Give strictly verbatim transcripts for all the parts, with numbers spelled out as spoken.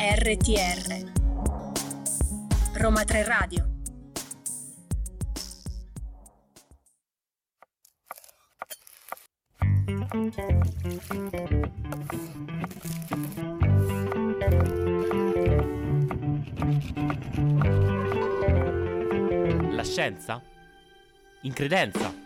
R T R Roma tre Radio. La scienza? In credenza.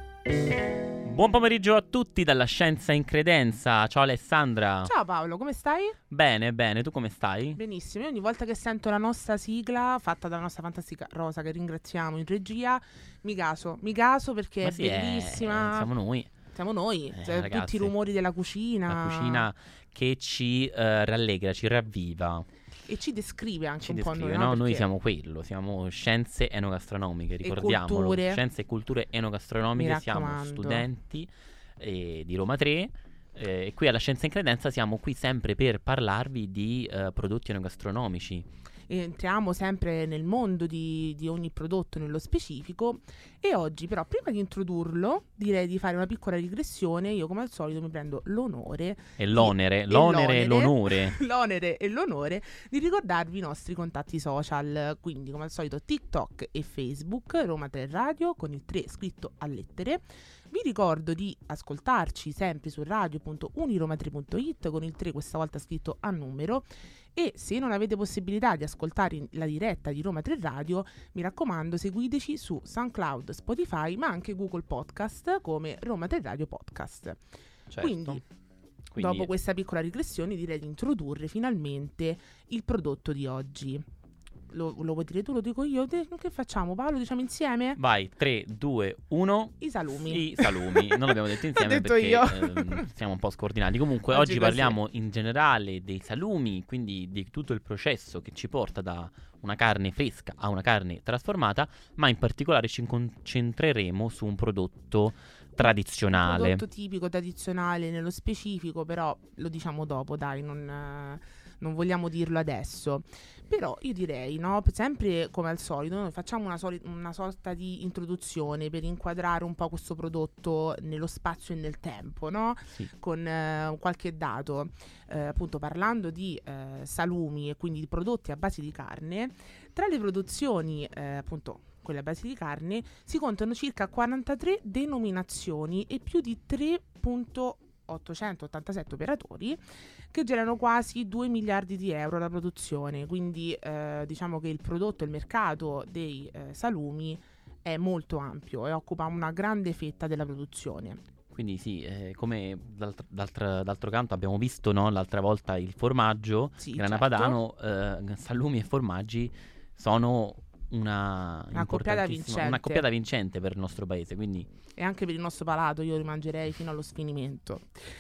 Buon pomeriggio a tutti dalla Scienza in Credenza. Ciao Alessandra. Ciao Paolo, come stai? Bene, bene, tu come stai? Benissimo, io ogni volta che sento la nostra sigla fatta dalla nostra fantastica Rosa, che ringraziamo in regia, mi gaso, mi gaso perché Ma è sì, è- bellissima. siamo noi. Siamo noi, Eh, cioè, ragazzi, tutti i rumori della cucina. La cucina che ci eh, rallegra, ci ravviva, E ci descrive anche ci un po' descrive, noi, no? no? Noi Perché siamo quello, siamo scienze enogastronomiche, ricordiamolo. culture. Scienze e culture enogastronomiche, Mi siamo raccomando. studenti eh, di Roma tre. eh, E qui alla Scienza in Credenza siamo qui sempre per parlarvi di eh, prodotti enogastronomici. entriamo sempre nel mondo di, di ogni prodotto nello specifico. E oggi però, prima di introdurlo, direi di fare una piccola digressione. Io come al solito mi prendo l'onore E l'onere, e l'onere e l'onere. l'onore. l'onere e l'onore di ricordarvi i nostri contatti social. Quindi come al solito TikTok e Facebook, Roma tre Radio con il tre scritto a lettere. Vi ricordo di ascoltarci sempre su radio punto uniroma tre punto it con il tre questa volta scritto a numero. E se non avete possibilità di ascoltare la diretta di Roma tre Radio, mi raccomando, seguiteci su SoundCloud, Spotify, ma anche Google Podcast come Roma tre Radio Podcast. Certo. Quindi, Quindi, dopo questa piccola digressione, direi di introdurre finalmente il prodotto di oggi. Lo, lo vuoi dire tu, lo dico io? De- Che facciamo, Paolo? Diciamo insieme? vai, tre, due, uno. I salumi. I salumi. Non l'abbiamo detto insieme detto perché io. ehm, siamo un po' scordinati. Comunque Oggi oggi così. parliamo in generale dei salumi, quindi di tutto il processo che ci porta da una carne fresca a una carne trasformata, ma in particolare ci concentreremo su un prodotto tradizionale. Un prodotto tipico, tradizionale nello specifico, però lo diciamo dopo, dai, non, eh, non vogliamo dirlo adesso. Però io direi, no, sempre come al solito, noi facciamo una, soli- una sorta di introduzione per inquadrare un po' questo prodotto nello spazio e nel tempo, no? Sì. Con eh, qualche dato, eh, appunto parlando di eh, salumi e quindi di prodotti a base di carne. Tra le produzioni, eh, appunto, quelle a base di carne, si contano circa quarantatré denominazioni e più di tre virgola ottocentottantasette operatori che generano quasi due miliardi di euro la produzione. Quindi eh, diciamo che il prodotto, il mercato dei eh, salumi è molto ampio e occupa una grande fetta della produzione. Quindi sì, eh, come d'altro, d'altro, d'altro canto abbiamo visto, no, l'altra volta il formaggio, Sì, Grana certo. Padano, eh, salumi e formaggi sono una, Una coppiata importantissima- vincente. una coppiata vincente per il nostro paese, quindi E anche per il nostro palato io rimangerei fino allo sfinimento.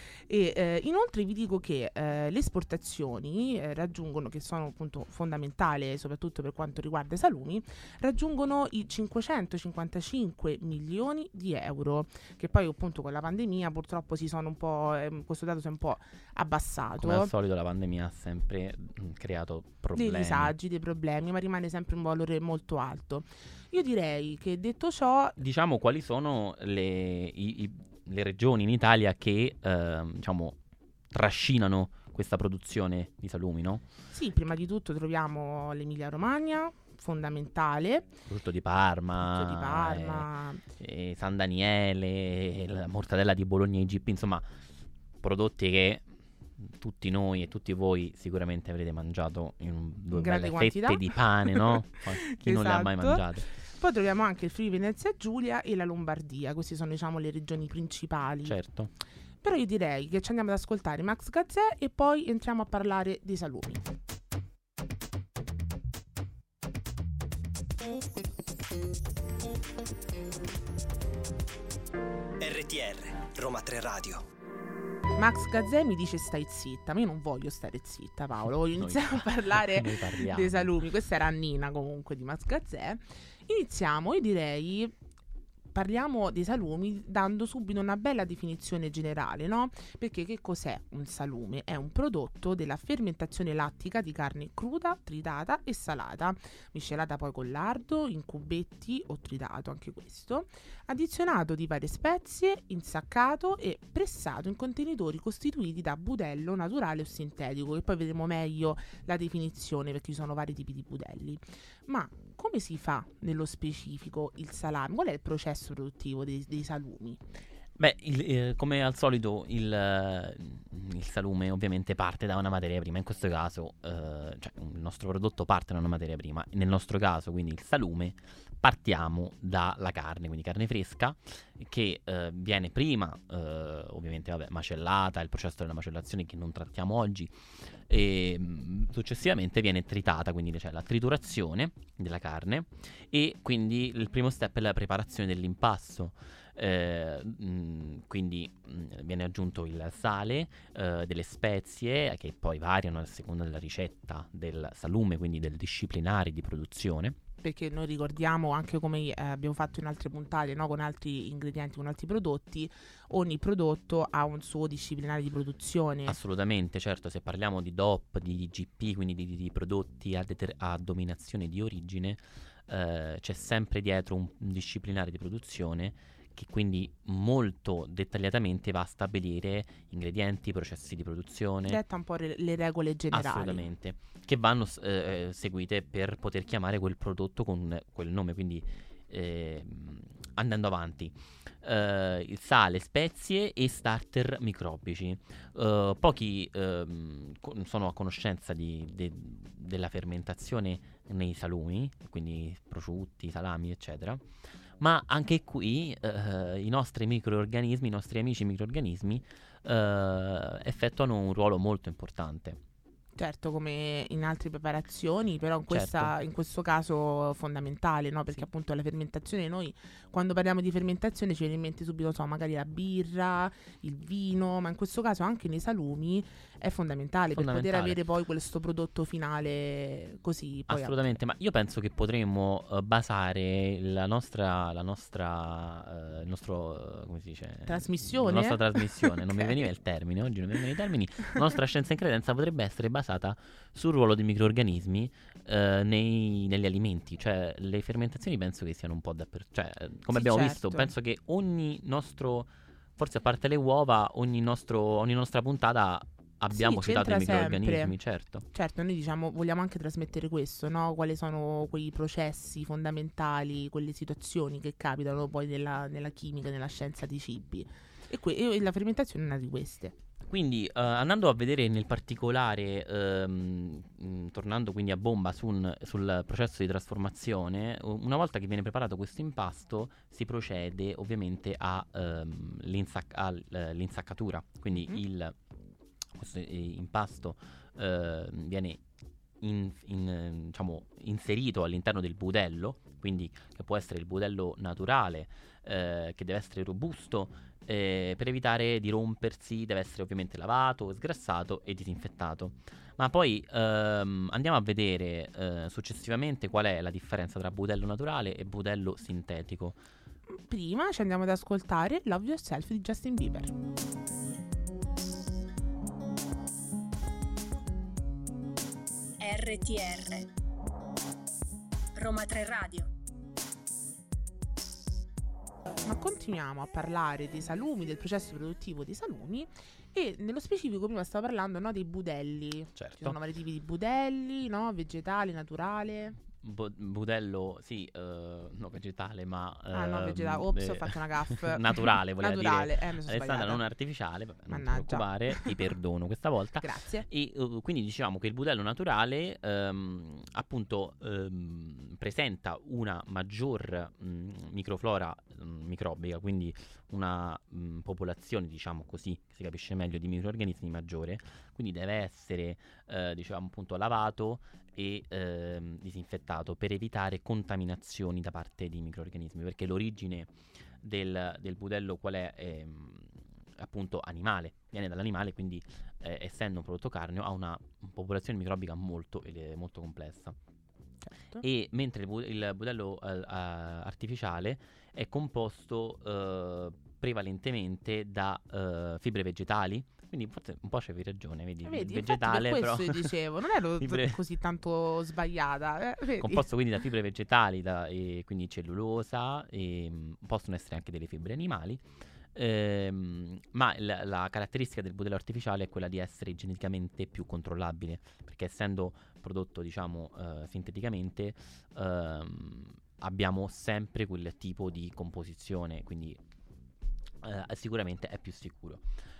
E eh, inoltre vi dico che eh, le esportazioni eh, raggiungono, che sono appunto fondamentali soprattutto per quanto riguarda i salumi, raggiungono i cinquecentocinquantacinque milioni di euro, che poi appunto con la pandemia purtroppo si sono un po', ehm, questo dato si è un po' abbassato. come al solito la pandemia ha sempre mh, creato problemi. Dei disagi, dei problemi, ma rimane sempre un valore molto alto. Io direi che detto ciò, Diciamo quali sono le, i- i- le regioni in Italia che ehm, diciamo trascinano questa produzione di salumi, no? sì, prima di tutto troviamo l'Emilia Romagna, fondamentale, Prosciutto di Parma, Prosciutto di Parma, eh, eh, San Daniele, la mortadella di Bologna I G P, insomma prodotti che tutti noi e tutti voi sicuramente avrete mangiato in un- due In grande belle quantità. fette di pane, no? Chi non le ha mai Esatto. mangiate? Poi troviamo anche il Friuli Venezia Giulia e la Lombardia. Queste sono, diciamo, le regioni principali. Certo. Però io direi che ci andiamo ad ascoltare Max Gazzè e poi entriamo a parlare dei salumi. R T R Roma tre Radio. Max Gazzè mi dice stai zitta, ma io non voglio stare zitta, Paolo, voglio Noi- iniziare a parlare noi parliamo. dei salumi. Questa era Annina comunque di Max Gazzè. Iniziamo, io direi parliamo dei salumi dando subito una bella definizione generale, no? Perché che cos'è un salume? È un prodotto della fermentazione lattica di carne cruda, tritata e salata, miscelata poi con lardo, in cubetti o tritato, anche questo, addizionato di varie spezie, insaccato e pressato in contenitori costituiti da budello naturale o sintetico, e poi vedremo meglio la definizione perché ci sono vari tipi di budelli. Ma come si fa nello specifico il salame? Qual è il processo produttivo dei, dei salumi? Beh, il, eh, come al solito il, eh, il salume ovviamente parte da una materia prima, in questo caso eh, cioè, il nostro prodotto parte da una materia prima, nel nostro caso quindi il salume partiamo dalla carne, quindi carne fresca che eh, viene prima eh, ovviamente vabbè, macellata, il processo della macellazione che non trattiamo oggi, e mh, successivamente viene tritata, quindi c'è la triturazione della carne e quindi il primo step è la preparazione dell'impasto. Eh, mh, quindi mh, viene aggiunto il sale, eh, delle spezie che poi variano a seconda della ricetta del salume, quindi del disciplinare di produzione. Perché noi ricordiamo anche come eh, abbiamo fatto in altre puntate, no? Con altri ingredienti, con altri prodotti, ogni prodotto ha un suo disciplinare di produzione. Assolutamente, certo, se parliamo di D O P, di G P, quindi di, di prodotti a, deter- a dominazione di origine, eh, c'è sempre dietro un, un disciplinare di produzione che quindi molto dettagliatamente va a stabilire ingredienti, processi di produzione. Detta un po' re- le regole generali. Assolutamente, che vanno eh, seguite per poter chiamare quel prodotto con quel nome, quindi eh, andando avanti. Uh, il sale, spezie e starter microbici. Uh, pochi uh, sono a conoscenza di, de, della fermentazione nei salumi, quindi prosciutti, salami, eccetera. Ma anche qui uh, i nostri microorganismi, i nostri amici microorganismi uh, effettuano un ruolo molto importante. Certo, come in altre preparazioni, però in, questa, Certo. in questo caso fondamentale, no? Perché Sì. appunto la fermentazione, noi quando parliamo di fermentazione ci viene in mente subito, so, magari la birra, il vino, ma in questo caso anche nei salumi è fondamentale, per Fondamentale. poter avere poi questo prodotto finale così. Poi Assolutamente, ma io penso che potremmo uh, basare la nostra, la nostra, uh, il nostro, uh, come si dice? Trasmissione? La nostra trasmissione, non mi Ok. veniva il termine, oggi non mi venivano i termini, la nostra scienza in credenza potrebbe essere basata sul ruolo dei microrganismi uh, nei, negli alimenti, cioè le fermentazioni penso che siano un po' dappertutto, cioè come Sì, abbiamo certo. visto, penso che ogni nostro, forse a parte le uova, ogni, nostro, ogni nostra puntata abbiamo Sì, citato i c'entra microrganismi, sempre. certo. Certo, noi diciamo vogliamo anche trasmettere questo, no? Quali sono quei processi fondamentali, quelle situazioni che capitano poi nella, nella chimica, nella scienza dei cibi. E, que- e la fermentazione è una di queste. Quindi uh, andando a vedere nel particolare, ehm, mh, tornando quindi a bomba su un- sul processo di trasformazione, u- una volta che viene preparato questo impasto si procede ovviamente all'insaccatura, quindi Mhm. il, questo eh, impasto eh, viene in- in, eh, diciamo, inserito all'interno del budello, quindi che può essere il budello naturale, eh, che deve essere robusto, eh, per evitare di rompersi deve essere ovviamente lavato, sgrassato e disinfettato. Ma poi ehm, andiamo a vedere eh, successivamente qual è la differenza tra budello naturale e budello sintetico. Prima ci andiamo ad ascoltare Love Yourself di Justin Bieber. R T R Roma tre Radio. Ma continuiamo a parlare dei salumi, del processo produttivo dei salumi, e nello specifico prima stavo parlando, no, dei budelli. Certo. Ci sono vari tipi di budelli, no? Vegetale, naturale. Bu- budello, sì, eh, no vegetale, ma Ah no, ehm, vegetale. Ops, eh, ho fatto una gaffa. naturale, voleva Naturale, dire eh, mi sono Alessandra, sbagliata. non artificiale, vabbè, non ti Mannaggia. preoccupare, ti perdono questa volta. Grazie. E uh, quindi diciamo che il budello naturale ehm, appunto ehm, presenta una maggior mh, microflora mh, microbica, quindi una mh, popolazione, diciamo così, che si capisce meglio, di microrganismi maggiore, quindi deve essere eh, diciamo appunto lavato e ehm, disinfettato per evitare contaminazioni da parte di microrganismi, perché l'origine del, del budello qual è? Ehm, appunto animale, viene dall'animale, quindi eh, essendo un prodotto carneo ha una popolazione microbica molto, ele- molto complessa. Certo. E mentre il, bu- il budello eh, eh, artificiale è composto eh, prevalentemente da eh, fibre vegetali, quindi forse un po' c'avevi ragione, vedi, Vedi, vegetale infatti per però questo io dicevo, non ero fibre- così tanto sbagliata. Eh, vedi? composto quindi da fibre vegetali, da- e quindi cellulosa, e mh, possono essere anche delle fibre animali. Ehm, ma l- la caratteristica del budello artificiale è quella di essere geneticamente più controllabile, perché essendo prodotto, diciamo, eh, sinteticamente, ehm, abbiamo sempre quel tipo di composizione, quindi eh, sicuramente è più sicuro.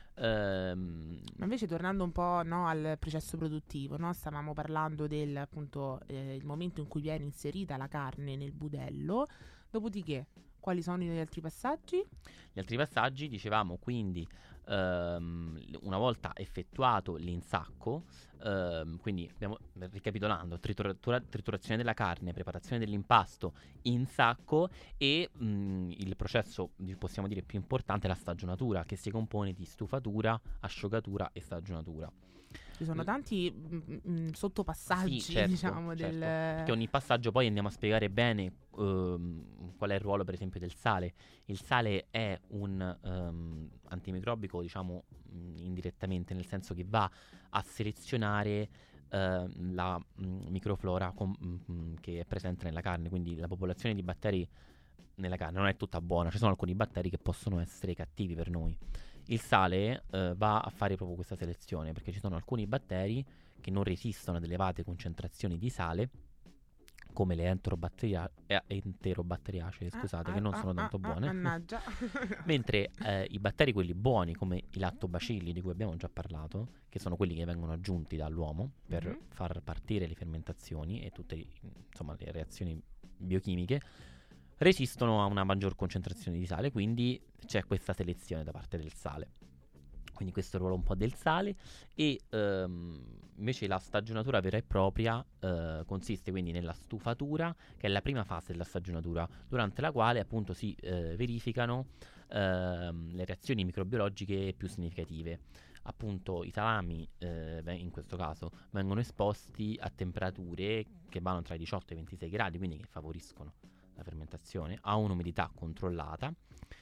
Ehm, Ma invece tornando un po', no, al processo produttivo, no? Stavamo parlando del appunto eh, il momento in cui viene inserita la carne nel budello, dopodiché quali sono gli altri passaggi? Gli altri passaggi, dicevamo, quindi ehm, una volta effettuato l'insacco, ehm, quindi abbiamo, ricapitolando, tritura- triturazione della carne, preparazione dell'impasto, insacco e mh, il processo, di- possiamo dire, più importante è la stagionatura, che si compone di stufatura, asciugatura e stagionatura. Ci sono L- tanti mm, mm, sottopassaggi, Sì, certo, diciamo, certo, del... perché ogni passaggio poi andiamo a spiegare bene ehm, qual è il ruolo, per esempio, del sale. Il sale è un ehm, antimicrobico, diciamo, mh, indirettamente, nel senso che va a selezionare ehm, la mh, microflora com- mh, che è presente nella carne, quindi la popolazione di batteri nella carne non è tutta buona, ci sono alcuni batteri che possono essere cattivi per noi. Il sale eh, va a fare proprio questa selezione, perché ci sono alcuni batteri che non resistono ad elevate concentrazioni di sale, come le enterobatteria- eh, enterobatteriacee, Ah, scusate, ah, che non ah, sono tanto ah, ah, buone. mannaggia. Mentre eh, i batteri, quelli buoni, come i lattobacilli, di cui abbiamo già parlato, che sono quelli che vengono aggiunti dall'uomo per Mhm. far partire le fermentazioni e tutte i- insomma, le reazioni biochimiche, resistono a una maggior concentrazione di sale, quindi c'è questa selezione da parte del sale. Quindi questo è il ruolo un po' del sale. E ehm, invece la stagionatura vera e propria eh, consiste quindi nella stufatura, che è la prima fase della stagionatura, durante la quale appunto si eh, verificano ehm, le reazioni microbiologiche più significative. Appunto i salami, eh, ve- in questo caso, vengono esposti a temperature che vanno tra i diciotto e i ventisei gradi, quindi che favoriscono la fermentazione, a un'umidità controllata.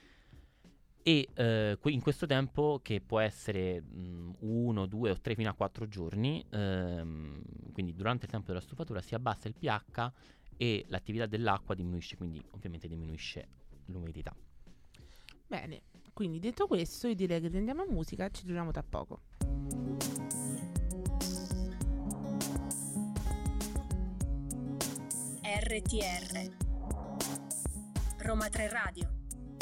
E eh, que- in questo tempo, che può essere mh, uno, due o tre fino a quattro giorni, ehm, quindi durante il tempo della stufatura si abbassa il pH e l'attività dell'acqua diminuisce, quindi ovviamente diminuisce l'umidità. Bene, quindi detto questo io direi che andiamo a musica e ci troviamo tra poco. R T R Roma tre Radio.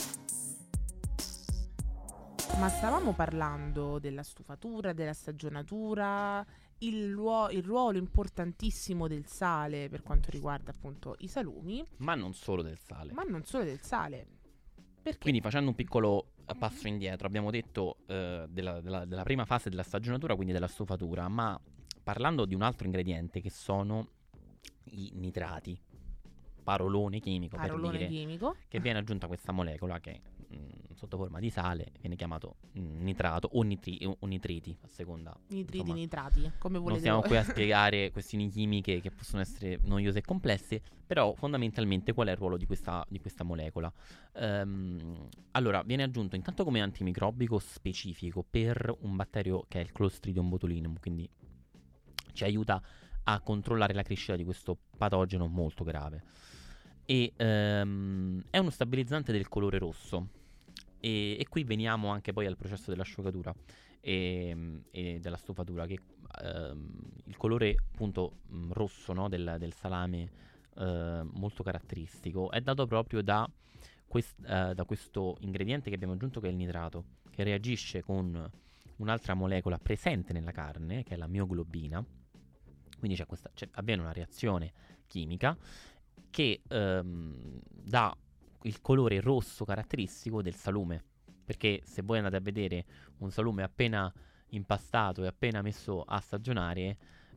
Ma stavamo parlando della stufatura, della stagionatura, il, ruo- il ruolo importantissimo del sale per quanto riguarda appunto i salumi, Ma non solo del sale. ma non solo del sale. Perché? Quindi facendo un piccolo eh, passo indietro, abbiamo detto eh, della, della- della prima fase della stagionatura, quindi della stufatura, ma parlando di un altro ingrediente che sono i nitrati, parolone chimico Parolone per dire, chimico. che viene aggiunta questa molecola che mh, sotto forma di sale viene chiamato mh, nitrato o, nitri- o nitriti, a seconda. Nitriti, insomma, nitrati, come non volete stiamo voi. qui a spiegare questioni chimiche che possono essere noiose e complesse, però fondamentalmente qual è il ruolo di questa, di questa molecola? Ehm, allora, viene aggiunto intanto come antimicrobico specifico per un batterio che è il Clostridium botulinum, quindi ci aiuta a controllare la crescita di questo patogeno molto grave. E ehm, è uno stabilizzante del colore rosso. E, e qui veniamo anche poi al processo dell'asciugatura e, e della stufatura, che ehm, il colore appunto mh, rosso, no, del, del salame, eh, molto caratteristico, è dato proprio da, quest- eh, da questo ingrediente che abbiamo aggiunto, che è il nitrato, che reagisce con un'altra molecola presente nella carne, che è la mioglobina. Quindi c'è questa, c'è- avviene una reazione chimica che ehm, dà il colore rosso caratteristico del salume. Perché se voi andate a vedere un salume appena impastato e appena messo a stagionare,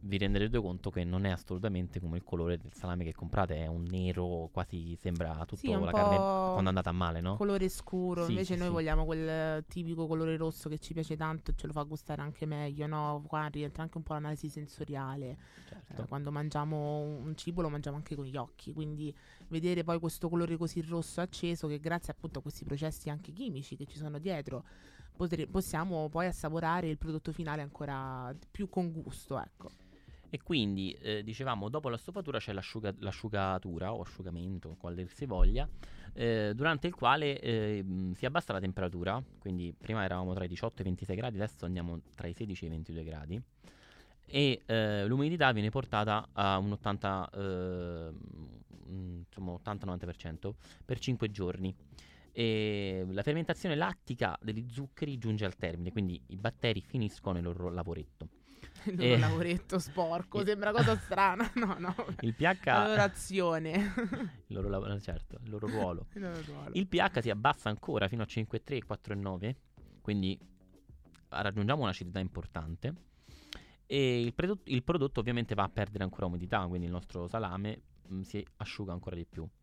vi renderete conto che non è assolutamente come il colore del salame che comprate, è un nero, quasi sembra tutto Sì, è un la po' carne quando è andata a male, no? colore scuro, Sì, invece sì, noi sì. vogliamo quel tipico colore rosso che ci piace tanto e ce lo fa gustare anche meglio, no? Qua rientra anche un po' l'analisi sensoriale. Certo. Eh, quando mangiamo un cibo lo mangiamo anche con gli occhi, quindi vedere poi questo colore così rosso acceso, che grazie appunto a questi processi anche chimici che ci sono dietro, potre- possiamo poi assaporare il prodotto finale ancora più con gusto, ecco. E quindi, eh, dicevamo, dopo la stufatura c'è l'asciuga- l'asciugatura o asciugamento, qual dir si voglia, eh, durante il quale eh, mh, si abbassa la temperatura, quindi prima eravamo tra i diciotto e i ventisei gradi, adesso andiamo tra i sedici e i ventidue gradi, e eh, l'umidità viene portata a un ottanta, eh, mh, insomma ottanta novanta per cento per cinque giorni. E la fermentazione lattica degli zuccheri giunge al termine, quindi i batteri finiscono il loro lavoretto. Il loro Eh, lavoretto sporco, il- sembra cosa strana, no, no. Il La loro pH, azione. il loro, lav- certo, il loro ruolo. Il loro ruolo. Il pH si abbassa ancora fino a cinque virgola tre e quattro virgola nove, quindi raggiungiamo un'acidità importante. E il, prodotto- il prodotto ovviamente va a perdere ancora umidità, quindi il nostro salame mh, si asciuga ancora di più.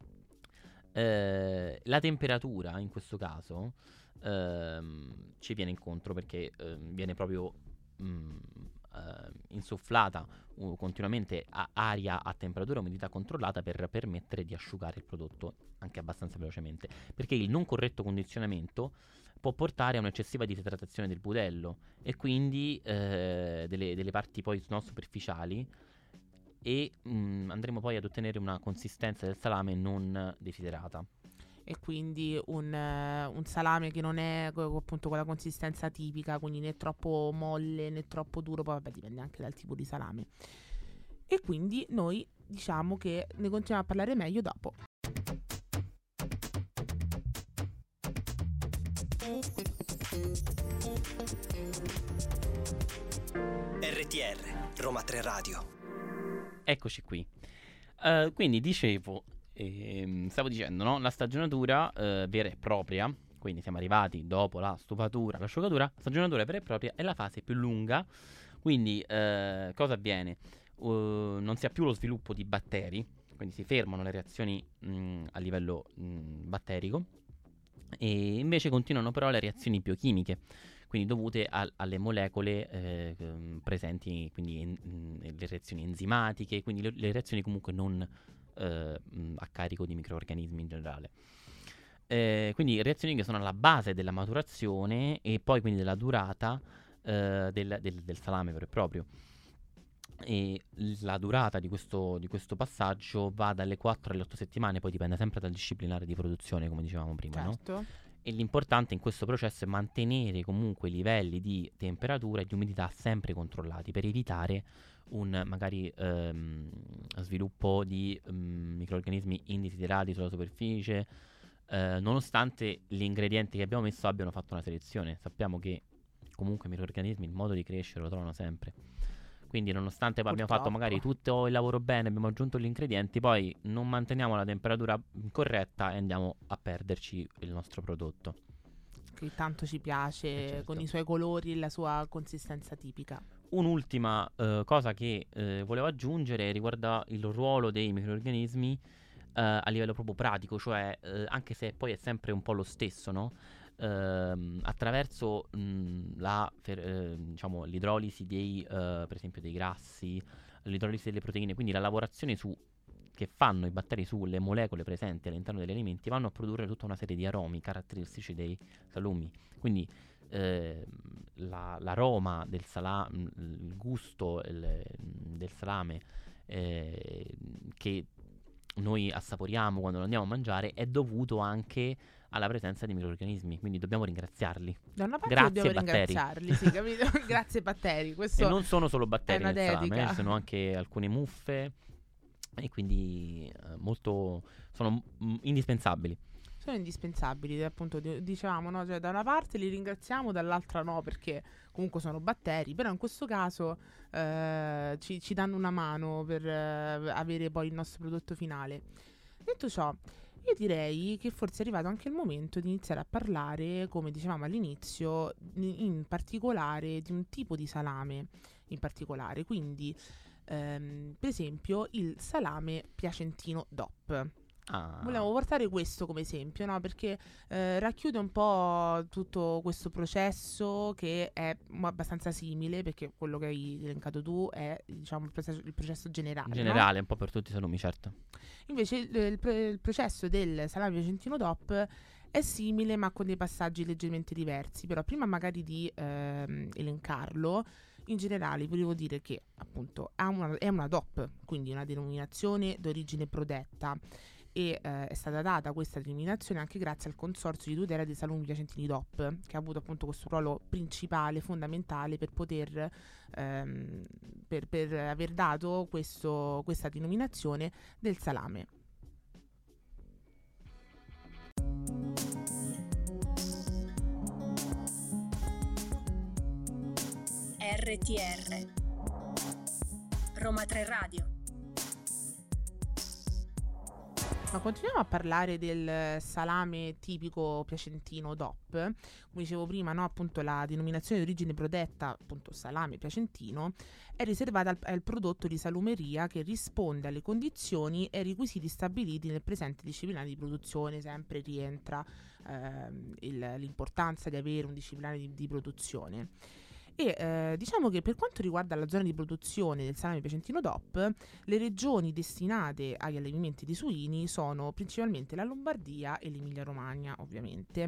Eh, la temperatura in questo caso ehm, ci viene incontro perché ehm, viene proprio mh, eh, insufflata uh, continuamente a aria a temperatura e umidità controllata per permettere di asciugare il prodotto anche abbastanza velocemente, perché il non corretto condizionamento può portare a un'eccessiva disidratazione del budello e quindi eh, delle, delle parti poi no, superficiali, e mh, andremo poi ad ottenere una consistenza del salame non desiderata. E quindi un, eh, un salame che non è co- appunto con la consistenza tipica, quindi né troppo molle né troppo duro, poi vabbè dipende anche dal tipo di salame. E quindi noi diciamo che ne continuiamo a parlare meglio dopo. R T R, Roma tre Radio. Eccoci qui. Eh, quindi dicevo, ehm, stavo dicendo, no? La stagionatura eh, vera e propria, quindi siamo arrivati dopo la stufatura, l'asciugatura, la stagionatura vera e propria è la fase più lunga, quindi eh, cosa avviene? Uh, non si ha più lo sviluppo di batteri, quindi si fermano le reazioni mh, a livello mh, batterico, e invece continuano però le reazioni biochimiche, quindi dovute al- alle molecole eh, ehm, presenti, quindi en- mh, le reazioni enzimatiche, quindi le, le reazioni comunque non eh, mh, a carico di microrganismi in generale. Eh, quindi reazioni che sono alla base della maturazione e poi quindi della durata eh, del, del- del salame vero e proprio. E la durata di questo, di questo passaggio va dalle quattro alle otto settimane, poi dipende sempre dal disciplinare di produzione, come dicevamo prima, no? Certo. E l'importante in questo processo è mantenere comunque i livelli di temperatura e di umidità sempre controllati per evitare un magari ehm, sviluppo di mm, microrganismi indesiderati sulla superficie, eh, nonostante gli ingredienti che abbiamo messo abbiano fatto una selezione. Sappiamo che comunque i microrganismi il modo di crescere lo trovano sempre. Quindi nonostante poi abbiamo fatto magari Purtroppo. tutto il lavoro bene, abbiamo aggiunto gli ingredienti, poi non manteniamo la temperatura corretta e andiamo a perderci il nostro prodotto. Che tanto ci piace, Eh, certo. con i suoi colori e la sua consistenza tipica. Un'ultima eh, cosa che eh, volevo aggiungere riguarda il ruolo dei microrganismi eh, a livello proprio pratico, cioè eh, anche se poi è sempre un po' lo stesso, no? Ehm, attraverso mh, la, fer- eh, diciamo, l'idrolisi dei, eh, per esempio dei grassi, l'idrolisi delle proteine, quindi la lavorazione su, che fanno i batteri sulle molecole presenti all'interno degli alimenti, vanno a produrre tutta una serie di aromi caratteristici dei salumi. Quindi eh, la- l'aroma del salame, il gusto il- del salame eh, che noi assaporiamo quando lo andiamo a mangiare è dovuto anche alla presenza di microrganismi, quindi dobbiamo ringraziarli. Da una parte Grazie, dobbiamo batteri. ringraziarli, sì, capito? Grazie batteri. Questo E non sono solo batteri una nel salame, dedica. eh, ci sono anche alcune muffe e quindi eh, molto sono mm, indispensabili. sono indispensabili, appunto di- dicevamo, no? Cioè, da una parte li ringraziamo, dall'altra no, perché comunque sono batteri, però in questo caso eh, ci, ci danno una mano per eh, avere poi il nostro prodotto finale. Detto ciò, io direi che forse è arrivato anche il momento di iniziare a parlare, come dicevamo all'inizio, in in particolare di un tipo di salame in particolare. Quindi ehm, per esempio il salame piacentino D O P. Ah. Volevo portare questo come esempio, no? Perché eh, racchiude un po' tutto questo processo che è m- abbastanza simile, perché quello che hai elencato tu è, diciamo, il processo, il processo generale. In no? generale, un po' per tutti i salumi, certo. Invece il, il pro- il processo del salame piacentino D O P è simile, ma con dei passaggi leggermente diversi. Però prima magari di ehm, elencarlo, in generale volevo dire che appunto ha una, è una D O P, quindi una denominazione d'origine protetta, e eh, è stata data questa denominazione anche grazie al Consorzio di tutela dei salumi piacentini D O P, che ha avuto appunto questo ruolo principale, fondamentale per poter ehm, per, per aver dato questo, questa denominazione del salame. R T R Roma tre Radio. Ma continuiamo a parlare del salame tipico piacentino D O P. Come dicevo prima, no, appunto la denominazione di origine protetta, appunto salame piacentino, è riservata al, al prodotto di salumeria che risponde alle condizioni e ai requisiti stabiliti nel presente disciplinare di produzione. Sempre rientra ehm, il, l'importanza di avere un disciplinare di, di produzione. E eh, diciamo che per quanto riguarda la zona di produzione del salame piacentino D O P, le regioni destinate agli allevamenti di suini sono principalmente la Lombardia e l'Emilia Romagna, ovviamente.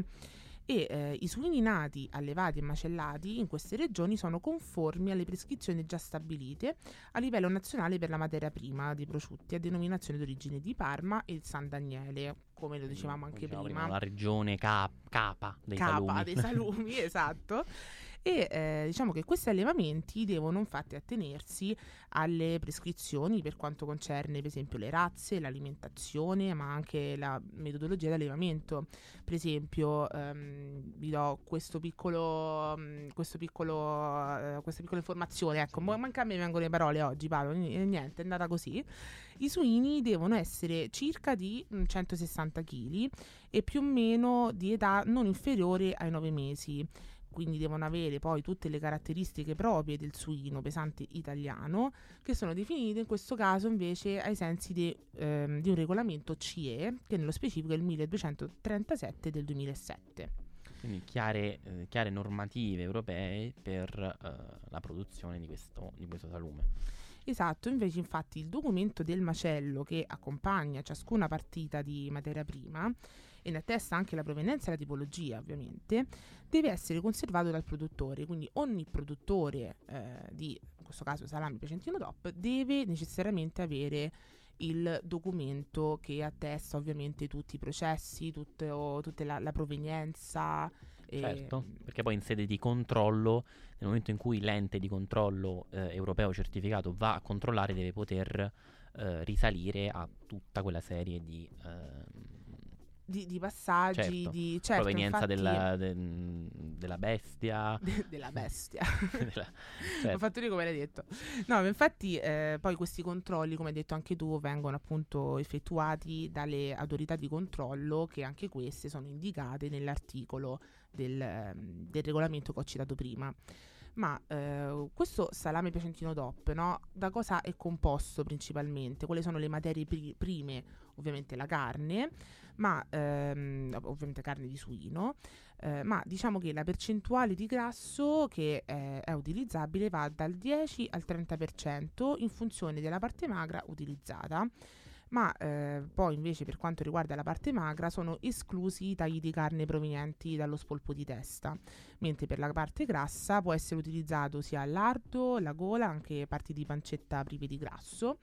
E eh, i suini nati, allevati e macellati in queste regioni sono conformi alle prescrizioni già stabilite a livello nazionale per la materia prima dei prosciutti a denominazione d'origine di Parma e San Daniele, come lo dicevamo anche Diciamo prima. La regione ca- capa dei capa salumi. dei salumi, esatto. E eh, diciamo che questi allevamenti devono infatti attenersi alle prescrizioni per quanto concerne per esempio le razze, l'alimentazione, ma anche la metodologia di allevamento. Per esempio ehm, vi do questo piccolo, mh, questo piccolo, eh, questa piccola informazione, ecco, mo- manca a me vengono le parole oggi, Paolo, n- niente, è andata così. I suini devono essere circa di mh, centosessanta chili e più o meno di età non inferiore ai nove mesi. Quindi devono avere poi tutte le caratteristiche proprie del suino pesante italiano, che sono definite in questo caso invece ai sensi de, ehm, di un regolamento C E, che nello specifico è il milleduecentotrentasette del duemilasette. Quindi chiare, eh, chiare normative europee per eh, la produzione di questo, di questo salume. Esatto, invece infatti il documento del macello che accompagna ciascuna partita di materia prima e ne attesta anche la provenienza e la tipologia ovviamente, deve essere conservato dal produttore, quindi ogni produttore eh, di, in questo caso salame piacentino D O P, deve necessariamente avere il documento che attesta ovviamente tutti i processi, tutto, tutta la, la provenienza. Certo, perché poi in sede di controllo, nel momento in cui l'ente di controllo eh, europeo certificato va a controllare, deve poter eh, risalire a tutta quella serie di... Eh, Di, di passaggi, certo, di certo, provenienza infatti, della, de, della bestia. de, della bestia. della, certo. Ho fatto lì come l'hai detto. No, ma infatti eh, poi questi controlli, come hai detto anche tu, vengono appunto effettuati dalle autorità di controllo, che anche queste sono indicate nell'articolo del, del regolamento che ho citato prima. Ma eh, questo salame piacentino D O P, no? Da cosa è composto principalmente? Quali sono le materie pri- prime? Ovviamente la carne, ma ehm, ovviamente carne di suino, eh, ma diciamo che la percentuale di grasso che eh, è utilizzabile va dal dieci al trenta per cento in funzione della parte magra utilizzata. Ma eh, poi invece per quanto riguarda la parte magra sono esclusi i tagli di carne provenienti dallo spolpo di testa, mentre per la parte grassa può essere utilizzato sia il lardo, la gola, anche parti di pancetta prive di grasso,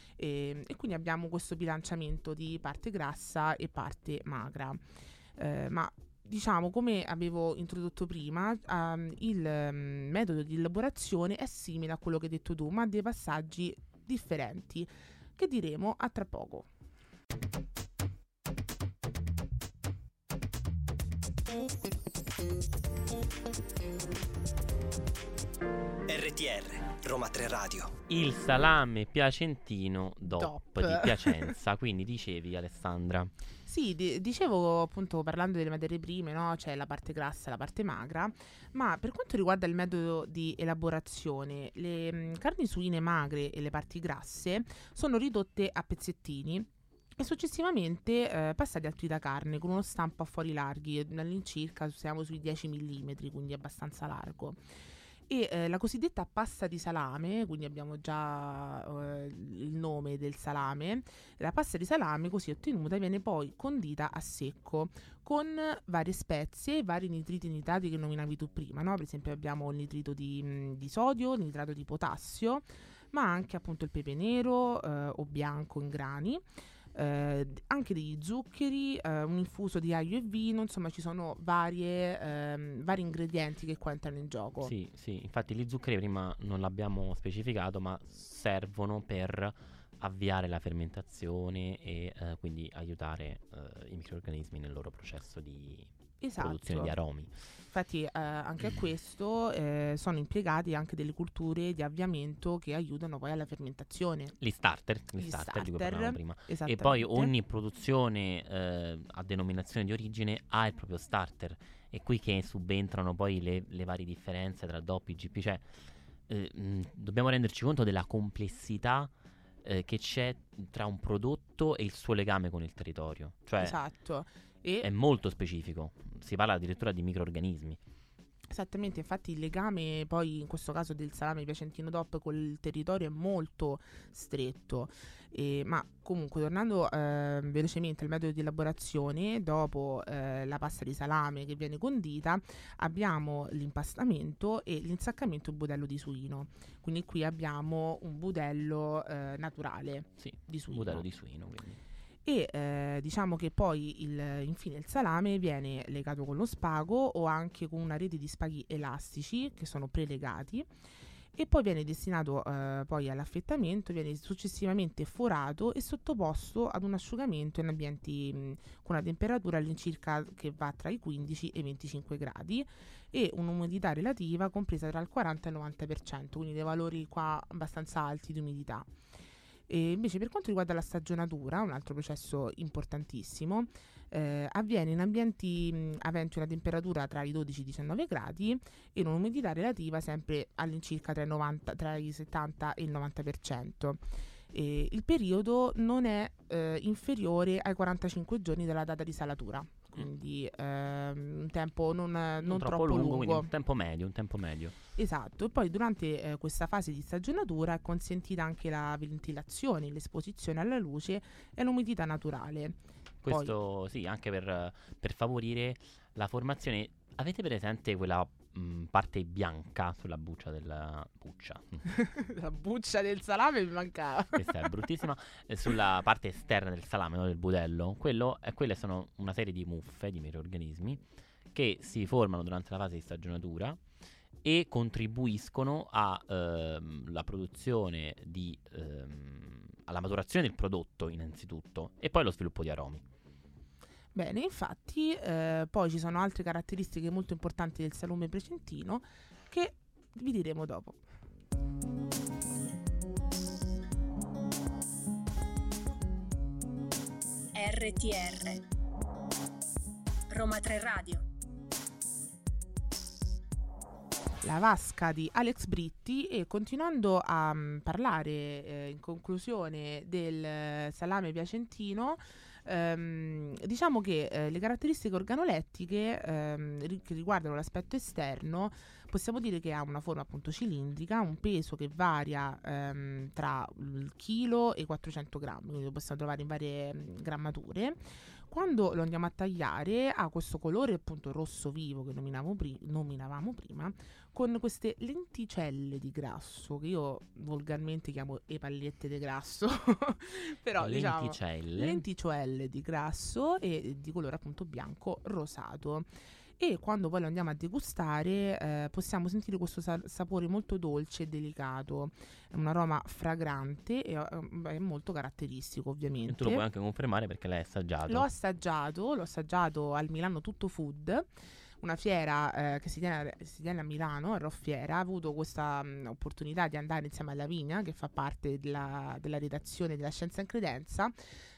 e, e quindi abbiamo questo bilanciamento di parte grassa e parte magra. Eh, ma diciamo, come avevo introdotto prima, um, il um, metodo di elaborazione è simile a quello che hai detto tu, ma ha dei passaggi differenti, che diremo a tra poco. R T R Roma tre Radio. Il salame piacentino D O P D O P di Piacenza. Quindi dicevi, Alessandra. Sì, di- dicevo appunto parlando delle materie prime, no? C'è la parte grassa e la parte magra, ma per quanto riguarda il metodo di elaborazione, le mh, carni suine magre e le parti grasse sono ridotte a pezzettini e successivamente eh, passati al tritacarne con uno stampo a fori larghi, e all'incirca siamo sui dieci millimetri, quindi abbastanza largo. E eh, la cosiddetta pasta di salame, quindi abbiamo già eh, il nome del salame, la pasta di salame così ottenuta viene poi condita a secco con varie spezie e vari nitriti e nitrati che nominavi tu prima, no? Per esempio abbiamo il nitrito di, mh, di sodio, il nitrato di potassio, ma anche appunto il pepe nero eh, o bianco in grani. Eh, anche degli zuccheri, eh, un infuso di aglio e vino, insomma ci sono varie, ehm, vari ingredienti che qua entrano in gioco. Sì, sì, infatti gli zuccheri prima non l'abbiamo specificato, ma servono per avviare la fermentazione e eh, quindi aiutare eh, i microrganismi nel loro processo di produzione di Esatto. aromi. Infatti eh, anche a questo eh, sono impiegati anche delle culture di avviamento che aiutano poi alla fermentazione. Gli starter, gli, Gli starter, di cui starter, parlavamo prima. E esattamente. poi ogni produzione eh, a denominazione di origine ha il proprio starter. È qui che subentrano poi le, le varie differenze tra D O P e G P. Cioè, eh, mh, dobbiamo renderci conto della complessità eh, che c'è tra un prodotto e il suo legame con il territorio. Cioè, Esatto. E è molto specifico. Si parla addirittura di microrganismi. esattamente, infatti il legame poi in questo caso del salame piacentino D O P col territorio è molto stretto. E, ma comunque tornando eh, velocemente al metodo di elaborazione, dopo eh, la pasta di salame che viene condita abbiamo l'impastamento e l'insaccamento in budello di suino. Quindi qui abbiamo un budello eh, naturale Sì, di suino. budello di suino, quindi. E eh, diciamo che poi il, infine il salame viene legato con lo spago o anche con una rete di spaghi elastici che sono prelegati e poi viene destinato eh, poi all'affettamento, viene successivamente forato e sottoposto ad un asciugamento in ambienti mh, con una temperatura all'incirca che va tra i quindici e i venticinque gradi e un'umidità relativa compresa tra il quaranta e il novanta per cento, quindi dei valori qua abbastanza alti di umidità. E invece per quanto riguarda la stagionatura, un altro processo importantissimo, eh, avviene in ambienti mh, aventi una temperatura tra i dodici e i diciannove gradi e un'umidità relativa sempre all'incirca tra i, novanta, tra i settanta e il novanta per cento. E il periodo non è eh, inferiore ai quarantacinque giorni dalla data di salatura, quindi ehm, un tempo non, non, Non troppo, lungo, lungo. quindi un tempo medio, un tempo medio. Esatto, e poi durante eh, questa fase di stagionatura è consentita anche la ventilazione, l'esposizione alla luce e l'umidità naturale. Questo sì, anche per, per favorire la formazione. Avete presente quella mh, parte bianca sulla buccia della buccia? La buccia del salame mi mancava. Questa è bruttissima. eh, Sulla parte esterna del salame, no, del budello. Quello, eh, quelle sono una serie di muffe, di microrganismi che si formano durante la fase di stagionatura e contribuiscono alla produzione di ehm, alla maturazione del prodotto innanzitutto e poi allo sviluppo di aromi. Bene, infatti eh, poi ci sono altre caratteristiche molto importanti del salume precentino che vi diremo dopo. R T R Roma tre Radio. La vasca di Alex Britti e continuando a um, parlare eh, in conclusione del eh, salame piacentino, ehm, diciamo che eh, le caratteristiche organolettiche ehm, ri- che riguardano l'aspetto esterno possiamo dire che ha una forma appunto cilindrica, un peso che varia ehm, tra il chilo e i quattrocento grammi, quindi lo possiamo trovare in varie mh, grammature. Quando lo andiamo a tagliare ha questo colore appunto rosso vivo che nominavo pri- nominavamo prima, con queste lenticelle di grasso che io volgarmente chiamo epallette di grasso però diciamo Lenticelle. lenticelle di grasso e di colore appunto bianco rosato. E quando poi lo andiamo a degustare eh, possiamo sentire questo sa- sapore molto dolce e delicato, è un aroma fragrante e eh, è molto caratteristico E ovviamente. tu lo puoi anche confermare perché l'hai assaggiato. L'ho assaggiato, l'ho assaggiato al Milano Tutto Food, una fiera eh, che si tiene, si tiene a Milano, a Roffiera. Ha avuto questa mh, opportunità di andare insieme a Lavinia, che fa parte della, della redazione della Scienza in Credenza,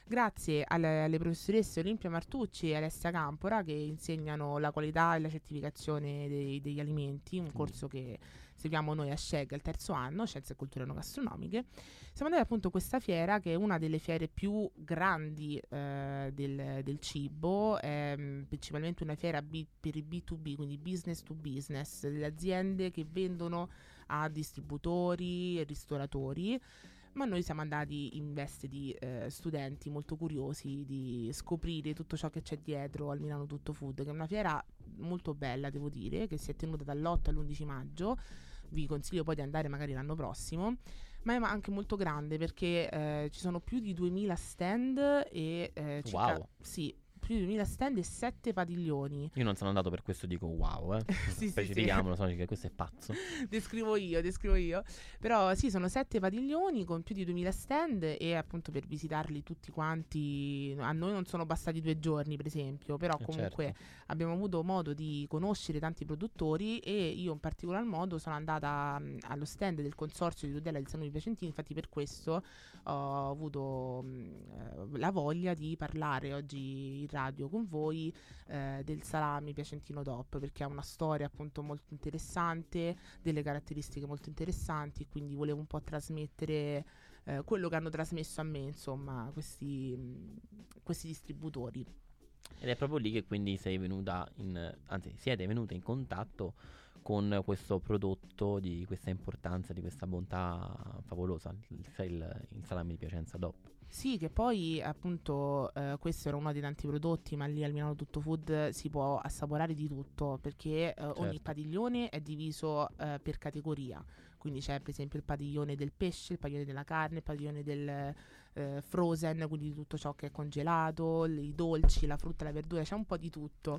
grazie alle, alle professoresse Olimpia Martucci e Alessia Campora, che insegnano la qualità e la certificazione dei- degli alimenti, un corso che seguiamo noi a Sceg al terzo anno, Scienze e Culture Enogastronomiche. Siamo andati appunto a questa fiera, che è una delle fiere più grandi eh, del, del cibo, è mm, principalmente una fiera B- per i B due B, quindi business to business, delle aziende che vendono a distributori e ristoratori. Ma noi siamo andati in veste di eh, studenti molto curiosi di scoprire tutto ciò che c'è dietro al Milano Tutto Food, che è una fiera molto bella, devo dire, che si è tenuta dall'otto all'undici maggio. Vi consiglio poi di andare magari l'anno prossimo, ma è ma- anche molto grande, perché eh, ci sono più di duemila stand e eh, circa, Wow. sì, più di duemila stand e sette padiglioni. Io non sono andato per questo, dico wow, eh. Sì, sì, Specifichiamolo, so che questo è pazzo. Descrivo io, descrivo io. Però sì, sono sette padiglioni con più di duemila stand, e appunto per visitarli tutti quanti, a noi non sono bastati due giorni per esempio, però Eh, comunque certo. abbiamo avuto modo di conoscere tanti produttori, e io in particolar modo sono andata mh, allo stand del consorzio di tutela del salumi piacentini. Infatti per questo ho avuto mh, eh, la voglia di parlare oggi in radio con voi eh, del salami piacentino D O P, perché ha una storia appunto molto interessante, delle caratteristiche molto interessanti, quindi volevo un po' trasmettere eh, quello che hanno trasmesso a me, insomma, questi, mh, questi distributori. Ed è proprio lì che quindi sei venuta in, anzi siete venute in contatto con questo prodotto di questa importanza, di questa bontà favolosa, il, il, il salame di Piacenza D O P. Sì, che poi appunto eh, questo era uno dei tanti prodotti, ma lì al Milano Tutto Food si può assaporare di tutto, perché eh, ogni Certo. padiglione è diviso eh, per categoria. Quindi c'è per esempio il padiglione del pesce, il padiglione della carne, il padiglione del eh, frozen, quindi di tutto ciò che è congelato, l- i dolci, la frutta, la verdura, c'è un po' di tutto.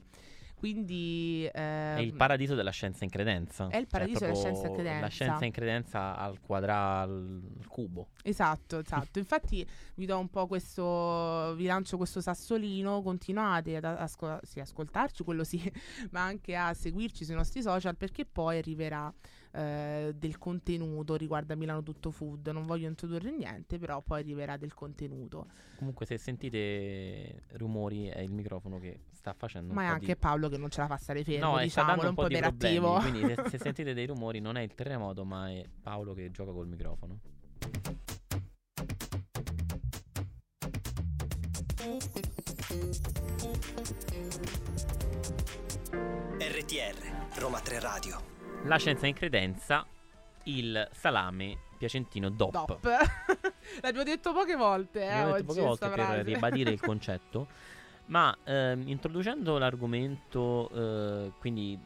Quindi È il ehm, paradiso della scienza in credenza. È il paradiso Cioè, della proprio scienza in credenza. La scienza in credenza al quadrato, al cubo. Esatto, esatto. Infatti vi do un po' questo, vi lancio questo sassolino, continuate ad asco- sì, ascoltarci, quello sì, ma anche a seguirci sui nostri social, perché poi arriverà eh, del contenuto riguardo a Milano Tutto Food. Non voglio introdurre niente, però poi arriverà del contenuto. Comunque se sentite rumori è il microfono che sta facendo Ma un è po' anche di... Paolo che non ce la fa stare fermo, No, e sta dando diciamolo, un po' un po' di iperattivo. problemi. Quindi se, se sentite dei rumori non è il terremoto, ma è Paolo che gioca col microfono. R T R, Roma tre Radio. La scienza in credenza, il salame piacentino D O P. D O P. L'abbiamo detto poche volte, eh, Abbiamo oggi detto poche volte sta per frase. ribadire il concetto. Ma ehm, introducendo l'argomento, eh, quindi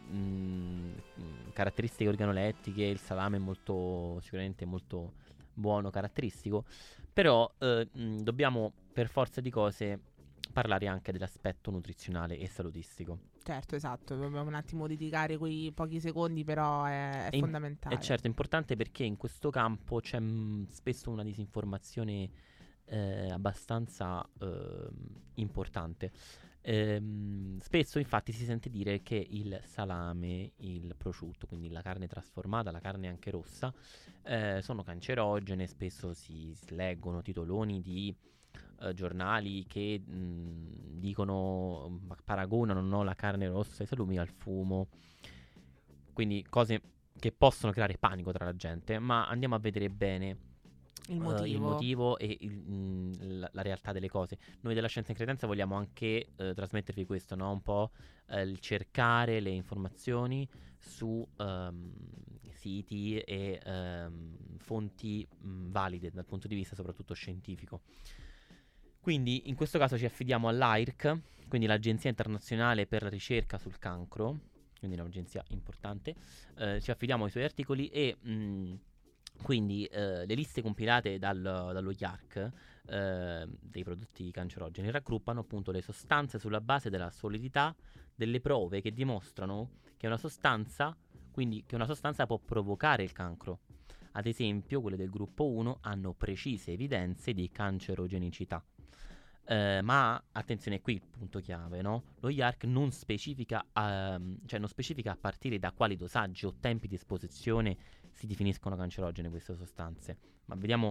mh, caratteristiche organolettiche, il salame è molto, sicuramente molto buono, caratteristico, però eh, mh, dobbiamo per forza di cose parlare anche dell'aspetto nutrizionale e salutistico. Certo, esatto, dobbiamo un attimo dedicare quei pochi secondi, però è, è E in- fondamentale. È certo, è importante perché in questo campo c'è mh, spesso una disinformazione eh, abbastanza ehm, importante. Ehm, spesso infatti si sente dire che il salame, il prosciutto, quindi la carne trasformata, la carne anche rossa, eh, sono cancerogene. Spesso si, si leggono titoloni di eh, giornali che mh, dicono, ma paragonano, no, la carne rossa ai salumi al fumo. Quindi cose che possono creare panico tra la gente, ma andiamo a vedere bene Il eh, motivo. il motivo e il- mh, la, la realtà delle cose. Noi della Scienza in Credenza vogliamo anche eh, trasmettervi questo, no? Un po' eh, il cercare le informazioni su ehm, siti e ehm, fonti mh, valide dal punto di vista soprattutto scientifico. Quindi in questo caso ci affidiamo all'A I R C, quindi l'Agenzia Internazionale per la Ricerca sul Cancro, quindi un'agenzia importante. Eh, ci affidiamo ai suoi articoli e mh, quindi eh, le liste compilate dal- dallo I A R C eh, dei prodotti cancerogeni raggruppano appunto le sostanze sulla base della solidità delle prove che dimostrano che una sostanza, quindi che una sostanza può provocare il cancro. Ad esempio, quelle del gruppo uno hanno precise evidenze di cancerogenicità. Eh, ma attenzione, qui il punto chiave, no? Lo I A R C non specifica, ehm, cioè non specifica a partire da quali dosaggi o tempi di esposizione si definiscono cancerogene queste sostanze. Ma vediamo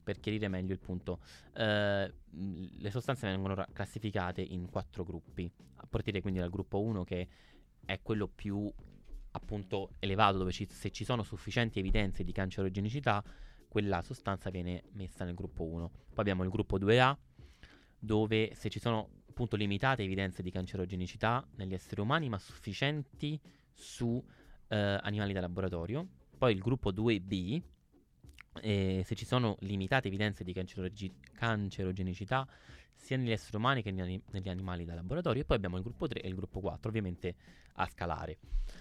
per chiarire meglio il punto, eh, le sostanze vengono ra- classificate in quattro gruppi, a partire quindi dal gruppo uno, che è quello più appunto elevato, dove ci, se ci sono sufficienti evidenze di cancerogenicità, quella sostanza viene messa nel gruppo uno. Poi abbiamo il gruppo due A, dove se ci sono appunto limitate evidenze di cancerogenicità negli esseri umani, ma sufficienti su eh, animali da laboratorio. Poi il gruppo due B, eh, se ci sono limitate evidenze di cancerogi- cancerogenicità sia negli esseri umani che negli, negli animali da laboratorio. E poi abbiamo il gruppo tre e il gruppo quattro, ovviamente a scalare.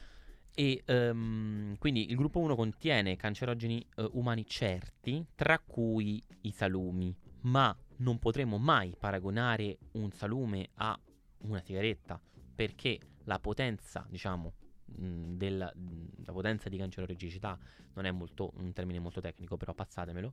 E um, quindi il gruppo uno contiene cancerogeni uh, umani certi, tra cui i salumi, ma non potremo mai paragonare un salume a una sigaretta, perché la potenza, diciamo, mh, della, mh, la potenza di cancerogenicità non è molto un termine molto tecnico, però passatemelo,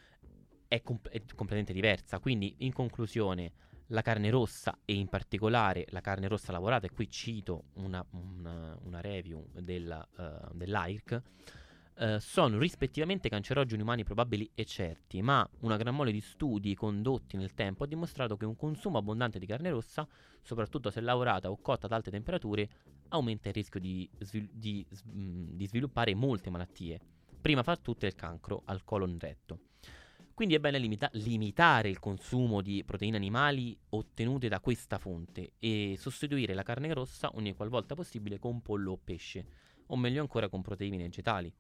è, comp- è completamente diversa. Quindi, in conclusione, la carne rossa, e in particolare la carne rossa lavorata, e qui cito una, una, una review della, uh, dell'A I R C, uh, sono rispettivamente cancerogeni umani probabili e certi, ma una gran mole di studi condotti nel tempo ha dimostrato che un consumo abbondante di carne rossa, soprattutto se lavorata o cotta ad alte temperature, aumenta il rischio di, svil- di, di sviluppare molte malattie, prima fra tutte il cancro al colon retto. Quindi è bene limita- limitare il consumo di proteine animali ottenute da questa fonte e sostituire la carne rossa ogni qualvolta possibile con pollo o pesce, o meglio ancora con proteine vegetali.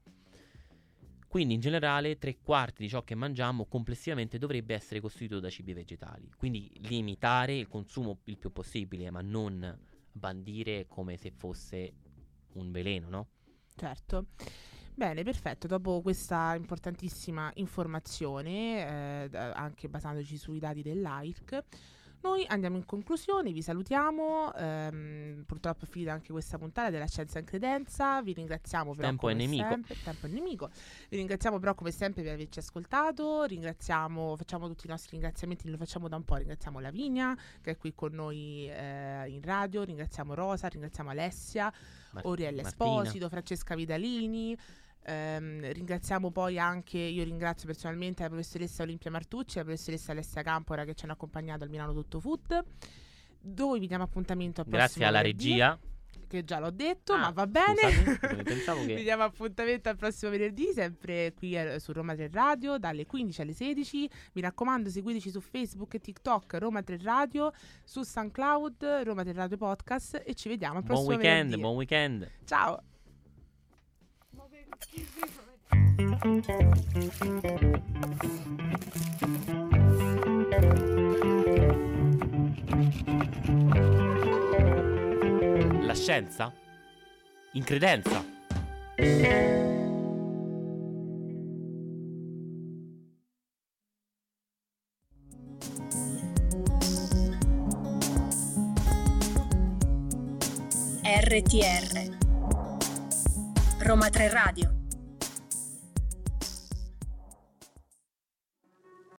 Quindi in generale tre quarti di ciò che mangiamo complessivamente dovrebbe essere costituito da cibi vegetali. Quindi limitare il consumo il più possibile, ma non bandire come se fosse un veleno, no? Certo. Bene, perfetto. Dopo questa importantissima informazione, eh, anche basandoci sui dati dell'A I R C, noi andiamo in conclusione, vi salutiamo. Ehm, purtroppo è finita anche questa puntata della Scienza in Credenza. Vi ringraziamo però tempo è come nemico. sempre. Tempo è nemico. Vi ringraziamo però come sempre per averci ascoltato. Ringraziamo, facciamo tutti i nostri ringraziamenti, lo facciamo da un po'. Ringraziamo Lavinia che è qui con noi eh, in radio. Ringraziamo Rosa, ringraziamo Alessia, Mar- Oriella Martina. Esposito, Francesca Vidalini. Um, ringraziamo poi anche, io ringrazio personalmente la professoressa Olimpia Martucci e la professoressa Alessia Campora che ci hanno accompagnato al Milano Tutto Food. Dove vi diamo appuntamento al Grazie prossimo alla venerdì, regia, che già l'ho detto, Ah, ma va bene. scusate, pensavo che- Vi diamo appuntamento al prossimo venerdì, sempre qui eh, su Roma tre Radio, dalle quindici alle sedici. Mi raccomando, seguiteci su Facebook e TikTok Roma tre Radio, su SoundCloud Roma tre Radio Podcast, e ci vediamo al buon prossimo weekend, venerdì. buon weekend. Ciao. La scienza in credenza. R T R Roma tre Radio.